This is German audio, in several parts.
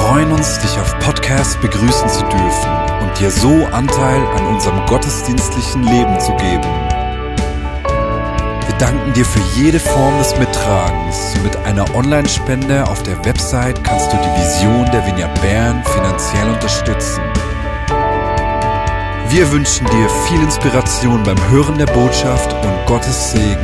freuen uns, dich auf Podcast begrüßen zu dürfen und dir so Anteil an unserem gottesdienstlichen Leben zu geben. Wir danken dir für jede Form des Mittragens. Mit einer Online-Spende auf der Website kannst du die Vision der Vineyard Bern finanziell unterstützen. Wir wünschen dir viel Inspiration beim Hören der Botschaft und Gottes Segen.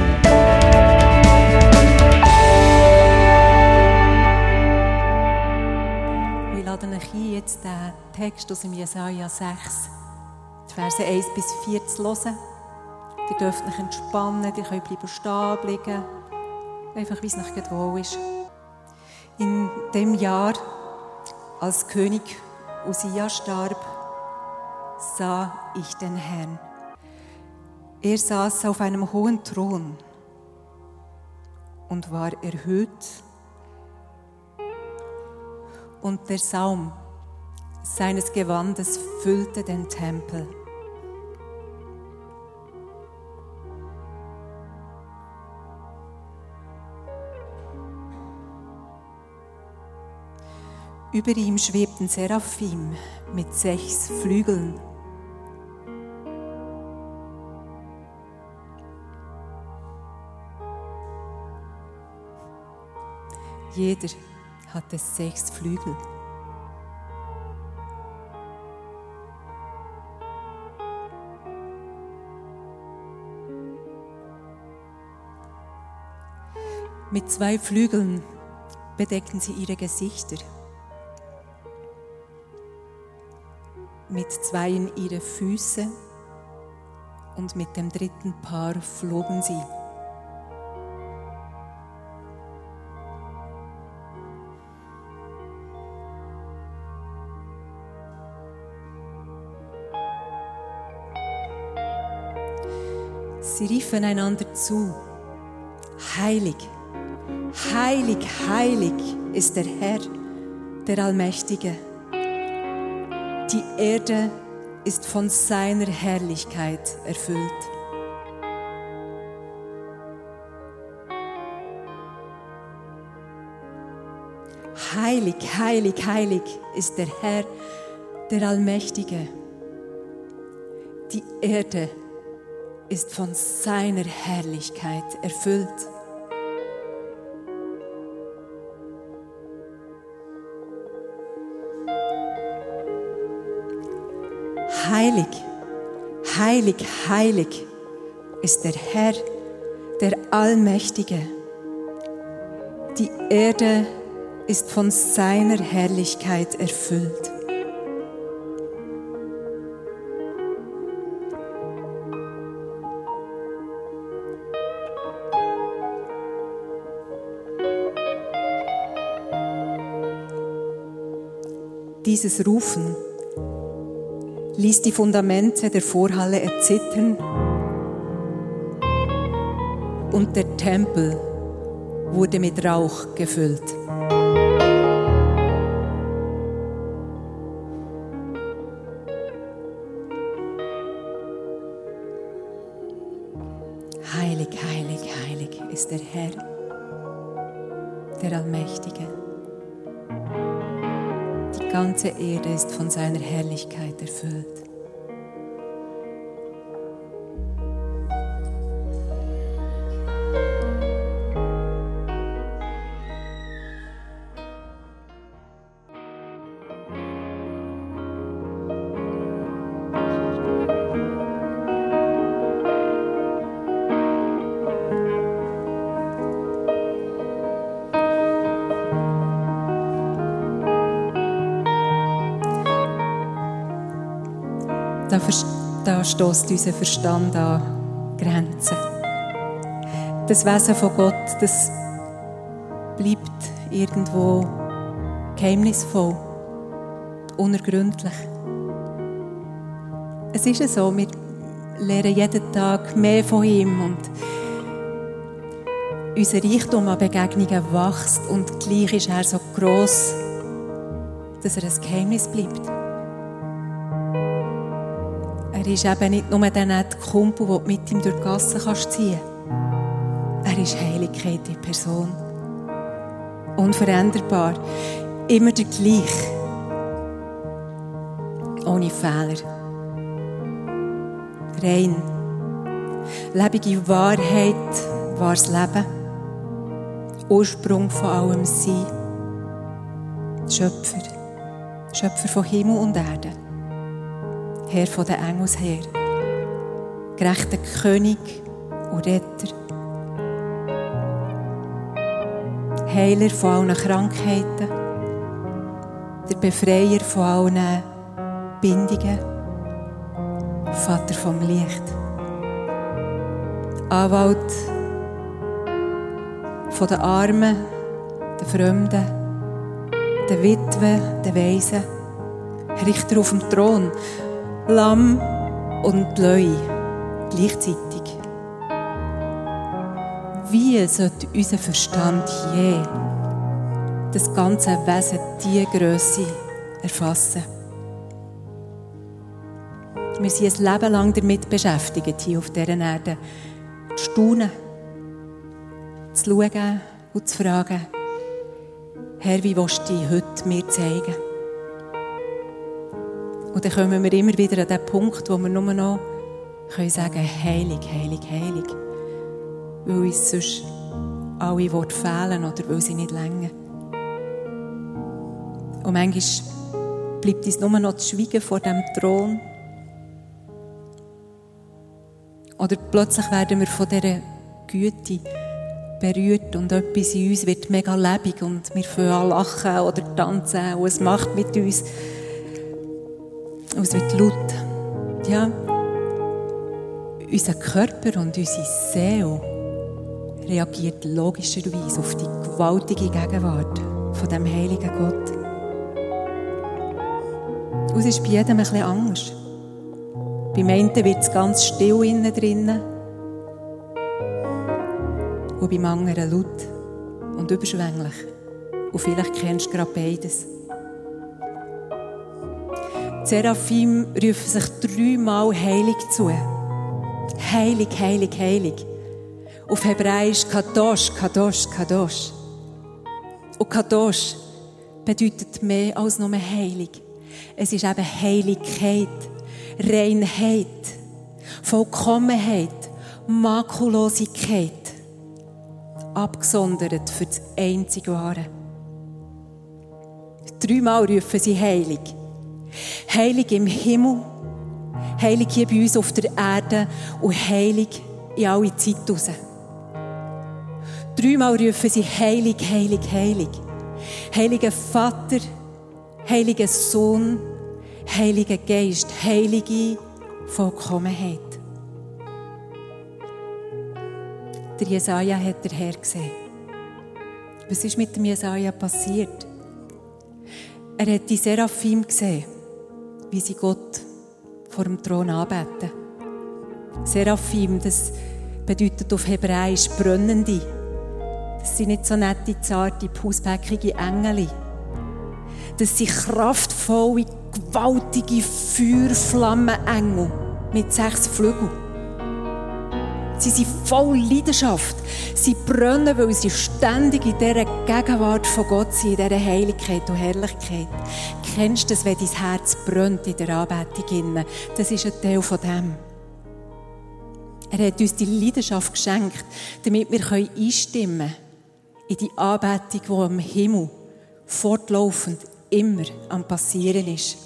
Wir laden euch ein, jetzt den Text aus dem Jesaja 6, die Verse 1 bis 4 zu hören. Ihr dürft euch entspannen, ihr könnt bleiben stehen bleiben, einfach wie es euch gerade wohl ist. In dem Jahr, als König Usia starb, sah ich den Herrn. Er saß auf einem hohen Thron und war erhöht, und der Saum seines Gewandes füllte den Tempel. Über ihm schwebten Seraphim mit 6 Flügeln. Jeder hatte 6 Flügel. Mit 2 Flügeln bedeckten sie ihre Gesichter. Mit 2 ihre Füße und mit dem 3. Paar flogen sie. Sie riefen einander zu: Heilig, heilig, heilig ist der Herr, der Allmächtige. Die Erde ist von seiner Herrlichkeit erfüllt. Heilig, heilig, heilig ist der Herr, der Allmächtige. Die Erde ist von seiner Herrlichkeit erfüllt. Heilig, heilig, heilig ist der Herr, der Allmächtige. Die Erde ist von seiner Herrlichkeit erfüllt. Dieses Rufen ließ die Fundamente der Vorhalle erzittern und der Tempel wurde mit Rauch gefüllt. Heilig, heilig, heilig ist der Herr, der Allmächtige. Die ganze Erde ist von seiner Herrlichkeit erfüllt. Da stößt unser Verstand an Grenzen. Das Wesen von Gott, das bleibt irgendwo geheimnisvoll, unergründlich. Es ist ja so, wir lernen jeden Tag mehr von ihm und unser Reichtum an Begegnungen wächst und gleich ist er so gross, dass er ein Geheimnis bleibt. Er ist eben nicht nur der nette Kumpel, den du mit ihm durch die Gassen ziehen kannst. Er ist Heiligkeit in Person. Unveränderbar. Immer der gleiche. Ohne Fehler. Rein. Lebende Wahrheit, wahres Leben. Ursprung von allem Sein. Schöpfer. Schöpfer von Himmel und Erde. Herr von den Engelsheer. Gerechter König und Retter. Heiler von allen Krankheiten. Der Befreier von allen Bindungen. Vater vom Licht. Anwalt von den Armen, den Fremden, den Witwen, den Waisen. Richter auf dem Thron. Lamm und Löwe gleichzeitig. Wie sollte unser Verstand je das ganze Wesen, diese Grösse erfassen? Wir sind ein Leben lang damit beschäftigt, hier auf dieser Erde zu staunen, zu schauen und zu fragen, Herr, wie willst du dich heute mir zeigen? Und dann kommen wir immer wieder an den Punkt, wo wir nur noch sagen können, heilig, heilig, heilig. Weil uns sonst alle Worte fehlen oder weil sie nicht reichen. Und manchmal bleibt uns nur noch das Schweigen vor dem Thron. Oder plötzlich werden wir von dieser Güte berührt und etwas in uns wird mega lebendig und wir fangen an lachen oder tanzen und es macht mit uns. Und es wird laut. Ja, unser Körper und unsere Seele reagiert logischerweise auf die gewaltige Gegenwart von dem heiligen Gott. Und es ist bei jedem ein bisschen anders. Beim einen wird es ganz still innen drinnen und beim anderen laut und überschwänglich. Und vielleicht kennst du gerade beides. Die Seraphim rufen sich 3-mal heilig zu. Heilig, heilig, heilig. Auf Hebräisch Kadosh, Kadosh, Kadosh. Und Kadosh bedeutet mehr als nur heilig. Es ist eben Heiligkeit, Reinheit, Vollkommenheit, Makullosigkeit. Abgesondert für das einzige Wahre. 3-mal rufen sie heilig. Heilig im Himmel, heilig hier bei uns auf der Erde und heilig in alle Zeit raus. 3-mal rufen sie heilig, heilig, heilig. Heiliger Vater, heiliger Sohn, heiliger Geist, heilige Vollkommenheit. Der Jesaja hat den Herr gesehen. Was ist mit dem Jesaja passiert? Er hat die Seraphim gesehen, wie sie Gott vor dem Thron anbeten. Seraphim, das bedeutet auf Hebräisch brennende. Das sind nicht so nette, zarte, pausbäckige Engel. Das sind kraftvolle, gewaltige Feuerflammenengel mit 6 Flügeln. Sie sind voll Leidenschaft. Sie brennen, weil sie ständig in dieser Gegenwart von Gott sind, in dieser Heiligkeit und Herrlichkeit. Kennst du das, wenn dein Herz brennt in der Anbetung? Das ist ein Teil von dem. Er hat uns die Leidenschaft geschenkt, damit wir einstimmen können in die Anbetung, die am Himmel fortlaufend immer am Passieren ist.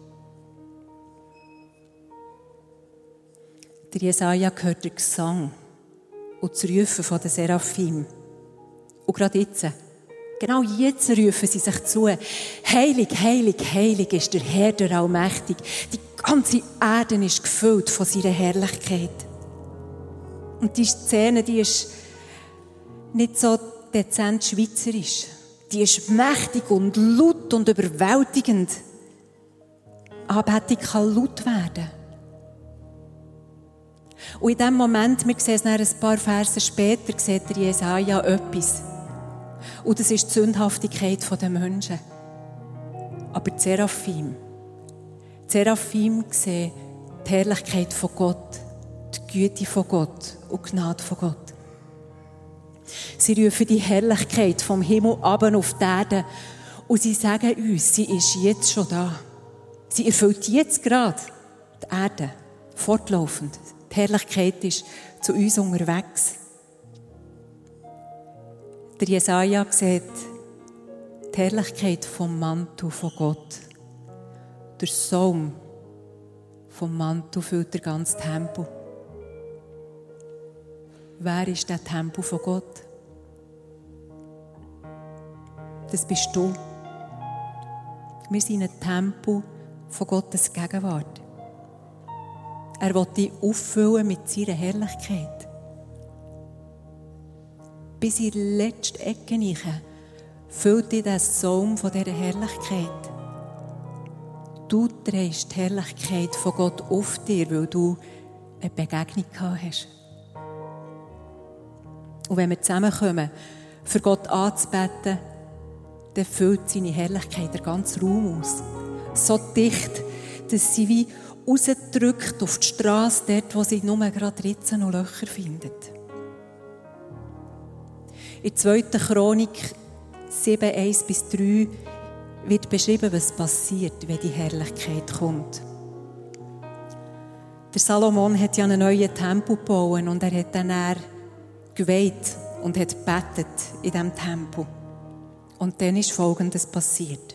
Der Jesaja hört den Gesang und das Rufen von den Seraphim. Und gerade jetzt, genau jetzt rufen sie sich zu. Heilig, heilig, heilig ist der Herr, der Allmächtig. Die ganze Erde ist gefüllt von seiner Herrlichkeit. Und die Szene, die ist nicht so dezent schweizerisch. Die ist mächtig und laut und überwältigend. Anbetung kann laut werden. Und in dem Moment, wir sehen es dann ein paar Verse später, sieht der Jesaja etwas. Und das ist die Sündhaftigkeit der Menschen. Aber die Seraphim sehen die Herrlichkeit von Gott, die Güte von Gott und die Gnade von Gott. Sie rufen die Herrlichkeit vom Himmel runter auf die Erde Und sie sagen uns, sie ist jetzt schon da. Sie erfüllt jetzt gerade die Erde, fortlaufend. Die Herrlichkeit ist zu uns unterwegs. Der Jesaja sieht die Herrlichkeit vom Mantel von Gott. Der Saum vom Mantel füllt den ganzen Tempel. Wer ist der Tempel von Gott? Das bist du. Wir sind ein Tempel von Gottes Gegenwart. Er will dich auffüllen mit seiner Herrlichkeit. Bis in die letzte Ecke hinein füllt dich der Saum von dieser Herrlichkeit. Du trägst die Herrlichkeit von Gott auf dir, weil du eine Begegnung gehabt hast. Und wenn wir zusammenkommen, für Gott anzubeten, dann füllt seine Herrlichkeit den ganzen Raum aus. So dicht, dass sie wie rausdrückt auf die Strasse, dort, wo sie nur gerade Ritzen und Löcher findet. In 2. Chronik 7, 1-3 wird beschrieben, was passiert, wenn die Herrlichkeit kommt. Der Salomon hat ja einen neuen Tempel gebaut und er hat dann geweiht und hat gebetet in diesem Tempel. Und dann ist Folgendes passiert.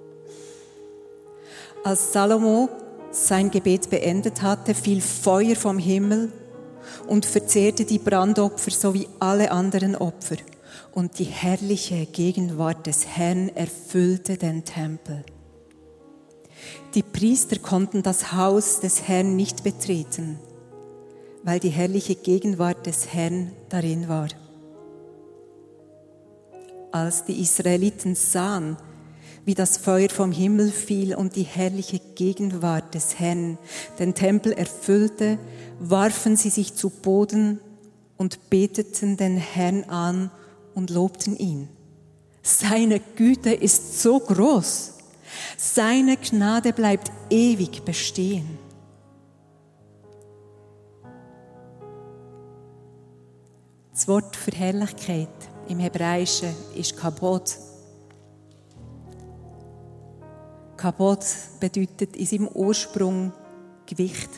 Als Salomo sein Gebet beendet hatte, fiel Feuer vom Himmel und verzehrte die Brandopfer sowie alle anderen Opfer. Und die herrliche Gegenwart des Herrn erfüllte den Tempel. Die Priester konnten das Haus des Herrn nicht betreten, weil die herrliche Gegenwart des Herrn darin war. Als die Israeliten sahen, wie das Feuer vom Himmel fiel und die herrliche Gegenwart des Herrn den Tempel erfüllte, warfen sie sich zu Boden und beteten den Herrn an und lobten ihn. Seine Güte ist so groß. Seine Gnade bleibt ewig bestehen. Das Wort für Herrlichkeit im Hebräischen ist Kabod. Kabod bedeutet in seinem Ursprung Gewicht.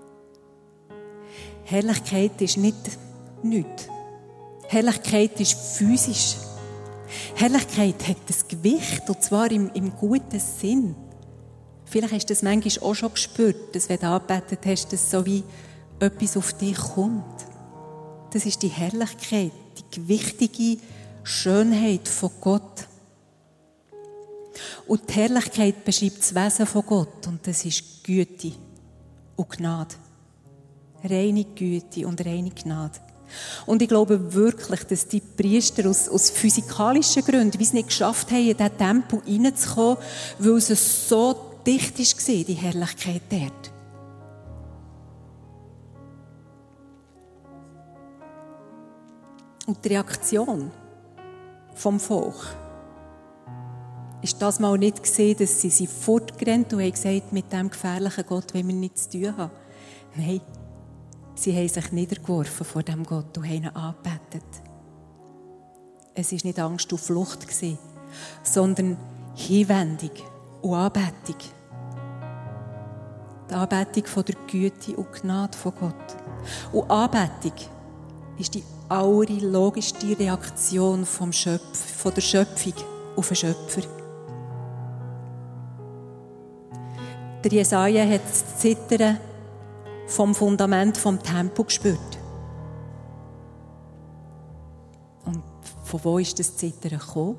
Herrlichkeit ist nicht nichts. Herrlichkeit ist physisch. Herrlichkeit hat das Gewicht, und zwar im guten Sinn. Vielleicht hast du das manchmal auch schon gespürt, dass wenn du angebetet hast, dass so wie etwas auf dich kommt. Das ist die Herrlichkeit, die gewichtige Schönheit von Gott. Und die Herrlichkeit beschreibt das Wesen von Gott, und das ist Güte und Gnade. Reine Güte und reine Gnade. Und ich glaube wirklich, dass die Priester aus physikalischen Gründen, wie sie nicht geschafft haben, in diesen Tempel reinzukommen, weil es so dicht war, die Herrlichkeit dort. Und die Reaktion vom Volk ist das mal nicht gesehen, dass sie fortgerannt und haben gesagt, mit diesem gefährlichen Gott wollen wir nichts zu tun haben. Nein. Sie haben sich niedergeworfen vor diesem Gott und haben ihn angebetet. Es war nicht Angst und Flucht, sondern Hinwendung und Anbetung. Die Anbetung von der Güte und Gnade von Gott. Und Anbetung ist die logischste Reaktion von der Schöpfung auf den Schöpfer. Der Jesaja hat das Zittern vom Fundament vom Tempel gespürt. Und von wo ist das Zittern gekommen?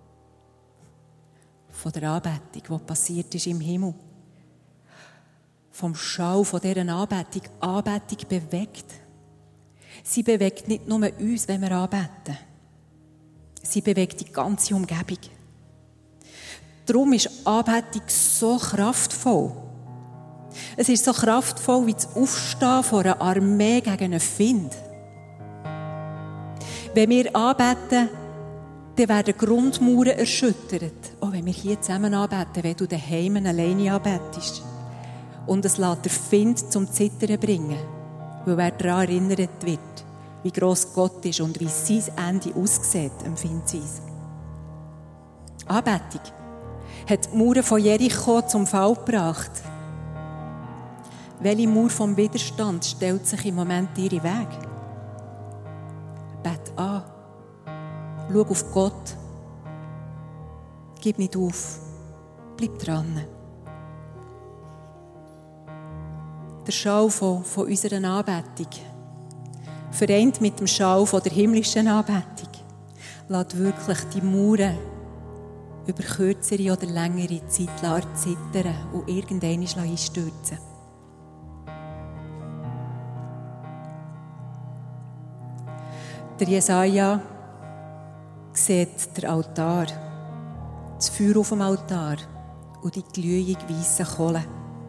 Von der Anbetung, die passiert ist im Himmel. Vom Schau von dieser Anbetung. Anbetung bewegt. Sie bewegt nicht nur uns, wenn wir anbeten. Sie bewegt die ganze Umgebung. Darum ist Anbetung so kraftvoll. Es ist so kraftvoll wie das Aufstehen von einer Armee gegen einen Feind. Wenn wir anbeten, dann werden Grundmauern erschüttert. Auch wenn wir hier zusammen anbeten, wenn du daheim alleine anbetest. Und es lässt den Feind zum Zittern bringen, weil er daran erinnert wird, wie gross Gott ist und wie sein Ende aussieht, empfindet sie es. Anbetung hat die Mauern von Jericho zum Fall gebracht. Welche Mauer vom Widerstand stellt sich im Moment in ihren Weg? Bet an. Schau auf Gott. Gib nicht auf. Bleib dran. Der Schau von unserer Anbetung, vereint mit dem Schau von der himmlischen Anbetung, lässt wirklich die Mauern über kürzere oder längere Zeit zittern und irgendwann einstürzen. Der Jesaja sieht den Altar, das Feuer auf dem Altar und die glühend weissen Kohlen.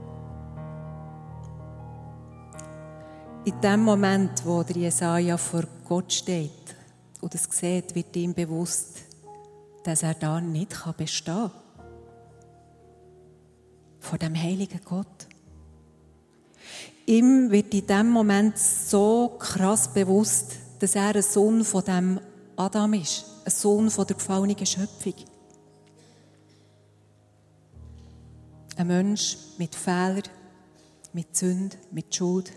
In dem Moment, wo der Jesaja vor Gott steht und es sieht, wird ihm bewusst, dass er da nicht bestehen kann. Vor dem heiligen Gott. Ihm wird in dem Moment so krass bewusst, dass er ein Sohn von dem Adam ist, ein Sohn von der gefallenen Schöpfung. Ein Mensch mit Fehlern, mit Sünde, mit Schuld.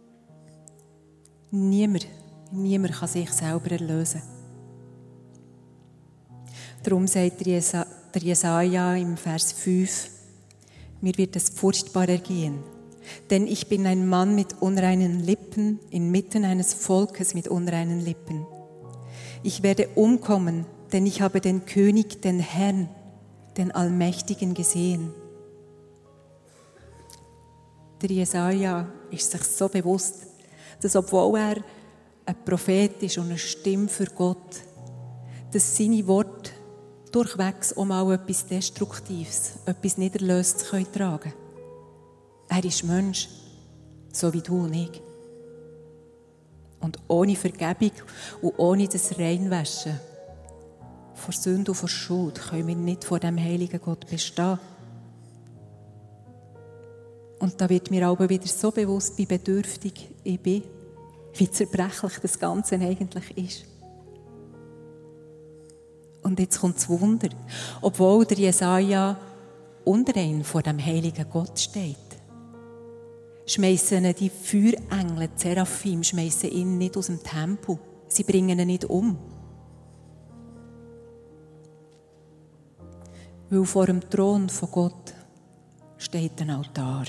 Niemand kann sich selber erlösen. Darum sagt der Jesaja im Vers 5, mir wird es furchtbar ergehen, denn ich bin ein Mann mit unreinen Lippen, inmitten eines Volkes mit unreinen Lippen. Ich werde umkommen, denn ich habe den König, den Herrn, den Allmächtigen gesehen. Der Jesaja ist sich so bewusst, dass obwohl er ein Prophet ist und eine Stimme für Gott, dass seine Worte durchwegs auch mal etwas Destruktives, etwas Niederlöstes tragen können. Er ist Mensch, so wie du und ich. Und ohne Vergebung und ohne das Reinwaschen vor Sünde und vor Schuld können wir nicht vor dem heiligen Gott bestehen. Und da wird mir aber wieder so bewusst, wie bedürftig ich bin, wie zerbrechlich das Ganze eigentlich ist. Und jetzt kommt das Wunder. Obwohl der Jesaja unrein vor dem heiligen Gott steht, schmeissen die Feuerengel, die Seraphim, schmeissen ihn nicht aus dem Tempel. Sie bringen ihn nicht um. Weil vor dem Thron von Gott steht ein Altar.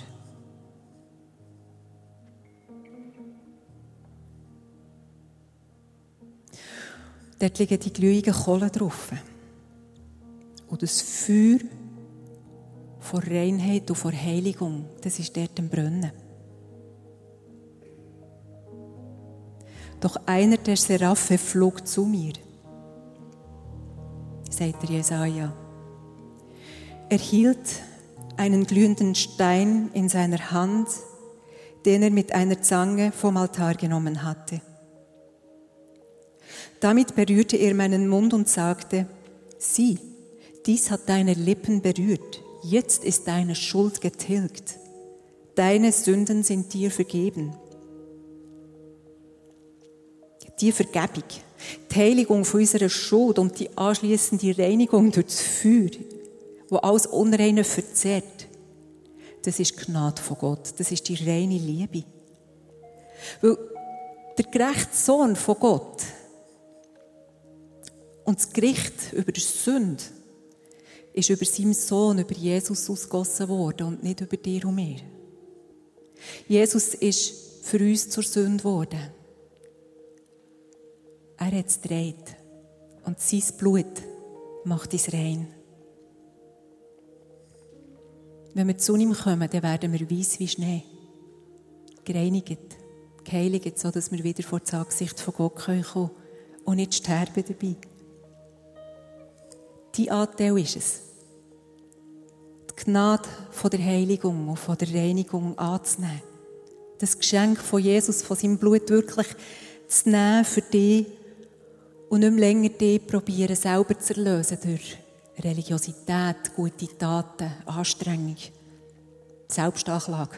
Dort liegen die glühigen Kohlen drauf. Und das Feuer vor Reinheit und vor Heiligung, das ist dort am Brennen. Doch einer der Seraphe flog zu mir, sagt der Jesaja. Er hielt einen glühenden Stein in seiner Hand, den er mit einer Zange vom Altar genommen hatte. Damit berührte er meinen Mund und sagte, sieh, dies hat deine Lippen berührt, jetzt ist deine Schuld getilgt, deine Sünden sind dir vergeben. Die Vergebung, die Heiligung von unserer Schuld und die anschliessende Reinigung durch das Feuer, wo alles Unreine verzehrt, das ist die Gnade von Gott, das ist die reine Liebe. Weil der gerechte Sohn von Gott und das Gericht über die Sünde ist über seinen Sohn, über Jesus ausgegossen worden und nicht über dir und mir. Jesus ist für uns zur Sünde geworden. Er hat es gedreht und sein Blut macht uns rein. Wenn wir zu ihm kommen, dann werden wir weiss wie Schnee. Gereinigt, geheiligt, sodass wir wieder vor das Angesicht von Gott kommen können und nicht sterben dabei. Dein Anteil ist es, die Gnade von der Heiligung und von der Reinigung anzunehmen. Das Geschenk von Jesus, von seinem Blut wirklich zu nehmen für dich und nicht mehr länger dich probieren, selber zu erlösen durch Religiosität, gute Taten, Anstrengung, Selbstanklage,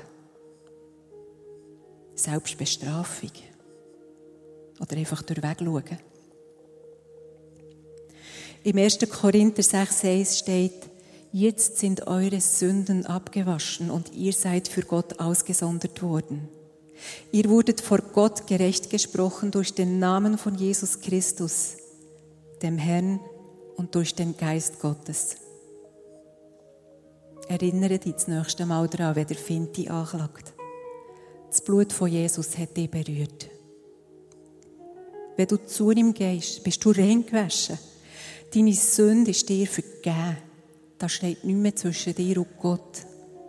Selbstbestrafung oder einfach durchwegschauen. Im 1. Korinther 6,1 steht, Jetzt sind eure Sünden abgewaschen und ihr seid für Gott ausgesondert worden. Ihr wurdet vor Gott gerecht gesprochen durch den Namen von Jesus Christus, dem Herrn, und durch den Geist Gottes. Erinnere dich das nächste Mal daran, wenn der Find dich anklagt. Das Blut von Jesus hat dich berührt. Wenn du zu ihm gehst, bist du rein gewaschen. Deine Sünde ist dir vergeben. Da steht nichts mehr zwischen dir und Gott.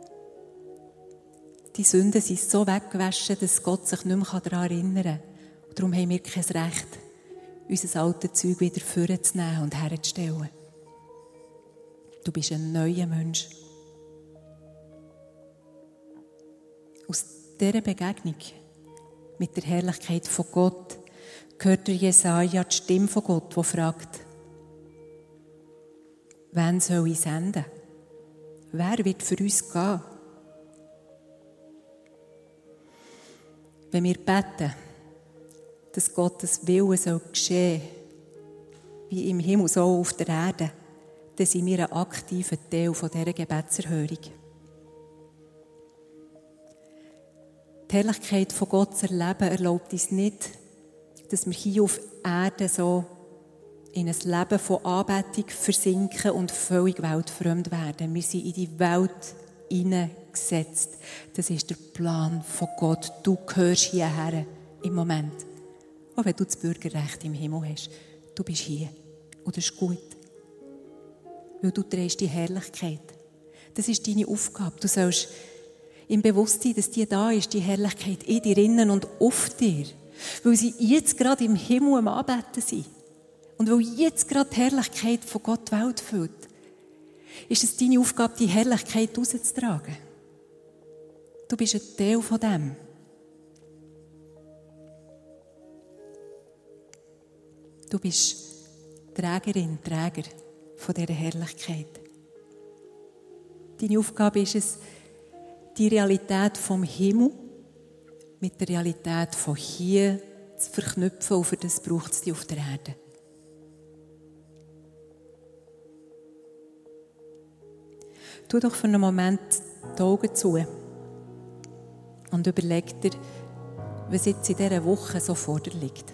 Die Sünden sind so weggewaschen, dass Gott sich nicht mehr daran erinnern kann. Und darum haben wir kein Recht, unser altes Zeug wieder vorzunehmen und herzustellen. Du bist ein neuer Mensch. Aus dieser Begegnung mit der Herrlichkeit von Gott hört der Jesaja die Stimme von Gott, die fragt: Wen soll ich senden? Wer wird für uns gehen? Wenn wir beten, dass Gottes Wille soll geschehen, wie im Himmel, so auf der Erde, dann sind wir ein aktiver Teil dieser Gebetserhörung. Die Herrlichkeit von Gott zu erleben erlaubt uns nicht, dass wir hier auf Erde so in ein Leben von Anbetung versinken und völlig weltfremd werden. Wir sind in die Welt hineingesetzt. Das ist der Plan von Gott. Du gehörst hierher im Moment. Auch wenn du das Bürgerrecht im Himmel hast. Du bist hier. Und das ist gut. Weil du trägst die Herrlichkeit. Das ist deine Aufgabe. Du sollst im Bewusstsein, dass die da ist, die Herrlichkeit in dir innen und auf dir. Weil sie jetzt gerade im Himmel am Anbeten sind. Und weil jetzt gerade die Herrlichkeit von Gott die Welt füllt, ist es deine Aufgabe, die Herrlichkeit rauszutragen. Du bist ein Teil von dem. Du bist Trägerin, Träger von dieser Herrlichkeit. Deine Aufgabe ist es, die Realität vom Himmel mit der Realität von hier zu verknüpfen, und für das braucht es dich auf der Erde. Tu doch für einen Moment die Augen zu und überleg dir, was jetzt in dieser Woche so vor dir liegt.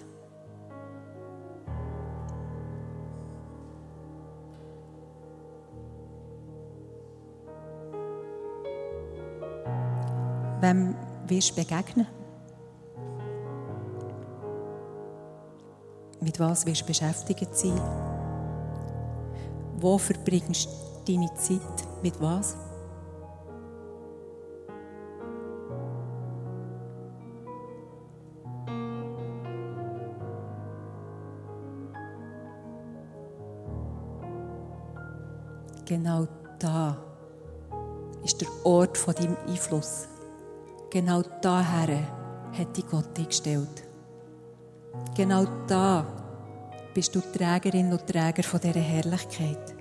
Wem wirst du begegnen? Mit was wirst du beschäftigt sein? Wo verbringst du deine Zeit? Mit was? Genau da ist der Ort von deinem Einfluss. Genau daher hat dich Gott eingestellt. Genau da bist du Trägerin und Träger von dieser Herrlichkeit.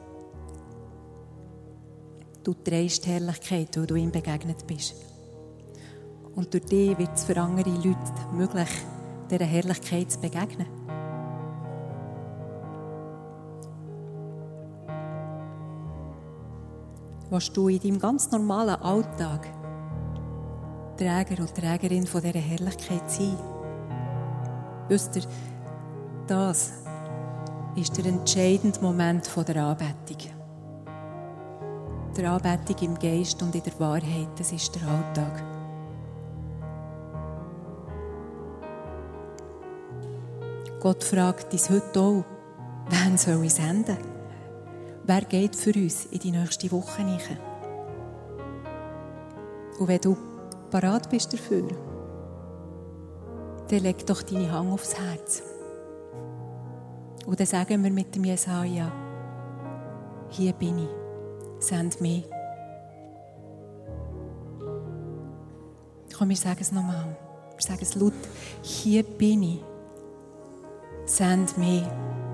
Du trägst die Herrlichkeit, weil du ihm begegnet bist. Und durch dich wird es für andere Leute möglich, dieser Herrlichkeit zu begegnen. Willst du in deinem ganz normalen Alltag Träger und Trägerin von dieser Herrlichkeit sein? Wisst ihr, das ist der entscheidende Moment der Anbetung. Der Anbetung im Geist und in der Wahrheit, das ist der Alltag. Gott fragt uns heute auch, wen soll ich senden? Wer geht für uns in die nächste Woche hinein? Und wenn du parat bist dafür, dann leg doch deine Hand aufs Herz. Und dann sagen wir mit dem Jesaja: Hier bin ich, send mich. Komm, wir sagen es nochmal. Wir sagen es laut: Hier bin ich, send mich.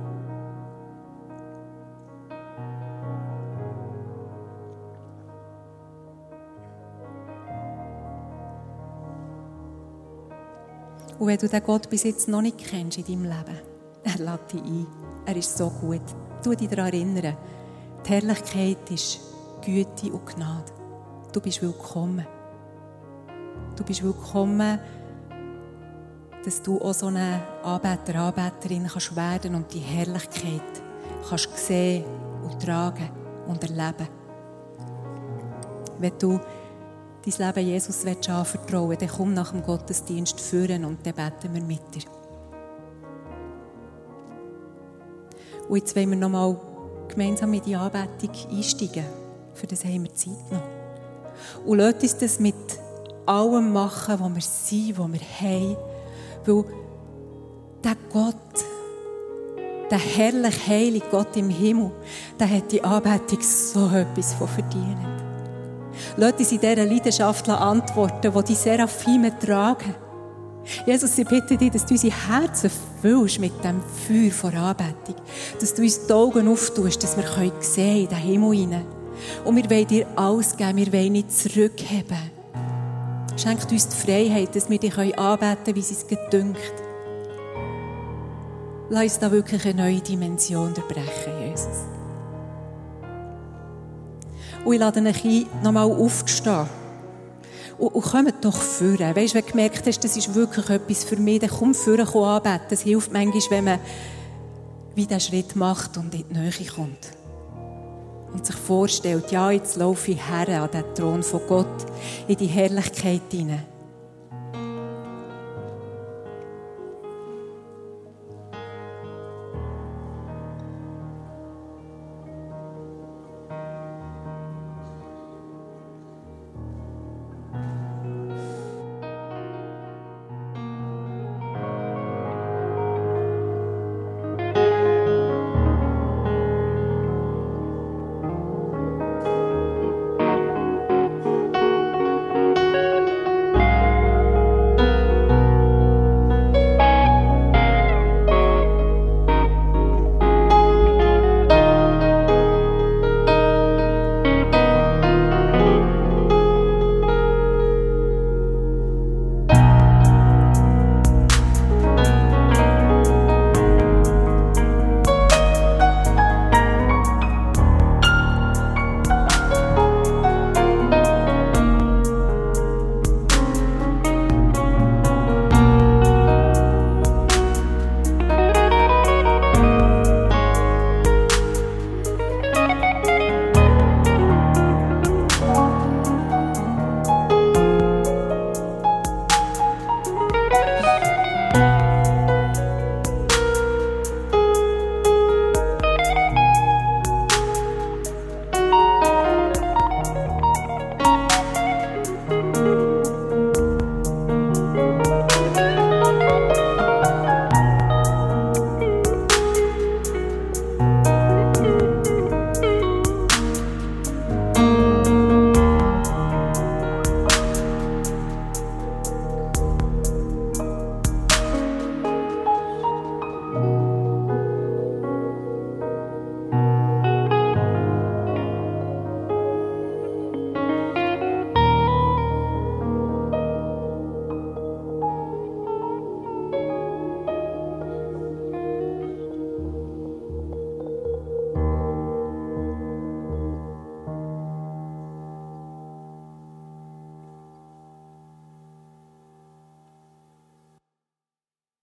Und wenn du den Gott bis jetzt noch nicht kennst in deinem Leben, er lädt dich ein. Er ist so gut. Tu dich daran erinnern. Die Herrlichkeit ist Güte und Gnade. Du bist willkommen. Du bist willkommen, dass du auch so eine Anbeter, Anbeterin kannst werden und die Herrlichkeit kannst sehen und tragen und erleben. Wenn du dein Leben Jesus anvertrauen willst, dann komm nach dem Gottesdienst führen und dann beten wir mit dir. Und jetzt wollen wir noch mal gemeinsam in die Anbetung einsteigen. Für das haben wir Zeit noch. Und lasst uns das mit allem machen, was wir sind, was wir haben. Weil der Gott, der herrliche, heilige Gott im Himmel, der hat die Anbetung so etwas von verdient. Lasst uns in dieser Leidenschaft antworten, die die Seraphime tragen. Jesus, ich bitte dich, dass du unsere Herzen füllst mit dem Feuer vor Anbetung. Dass du uns die Augen auftust, dass wir sehen in den Himmel hinein. Und wir wollen dir alles geben, wir wollen nicht zurückheben. Schenkt uns die Freiheit, dass wir dich anbeten können, wie es uns dünkt. Lass uns da wirklich eine neue Dimension durchbrechen, Jesus. Und ich lade euch ein, nochmal aufzustehen. Und kommt doch führen. Weisst, wenn du gemerkt hast, das ist wirklich etwas für mich, dann komm führen, komm anbeten. Das hilft manchmal, wenn man wie diesen Schritt macht und in die Nähe kommt. Und sich vorstellt, ja, jetzt laufe ich her an den Thron von Gott, in die Herrlichkeit hinein.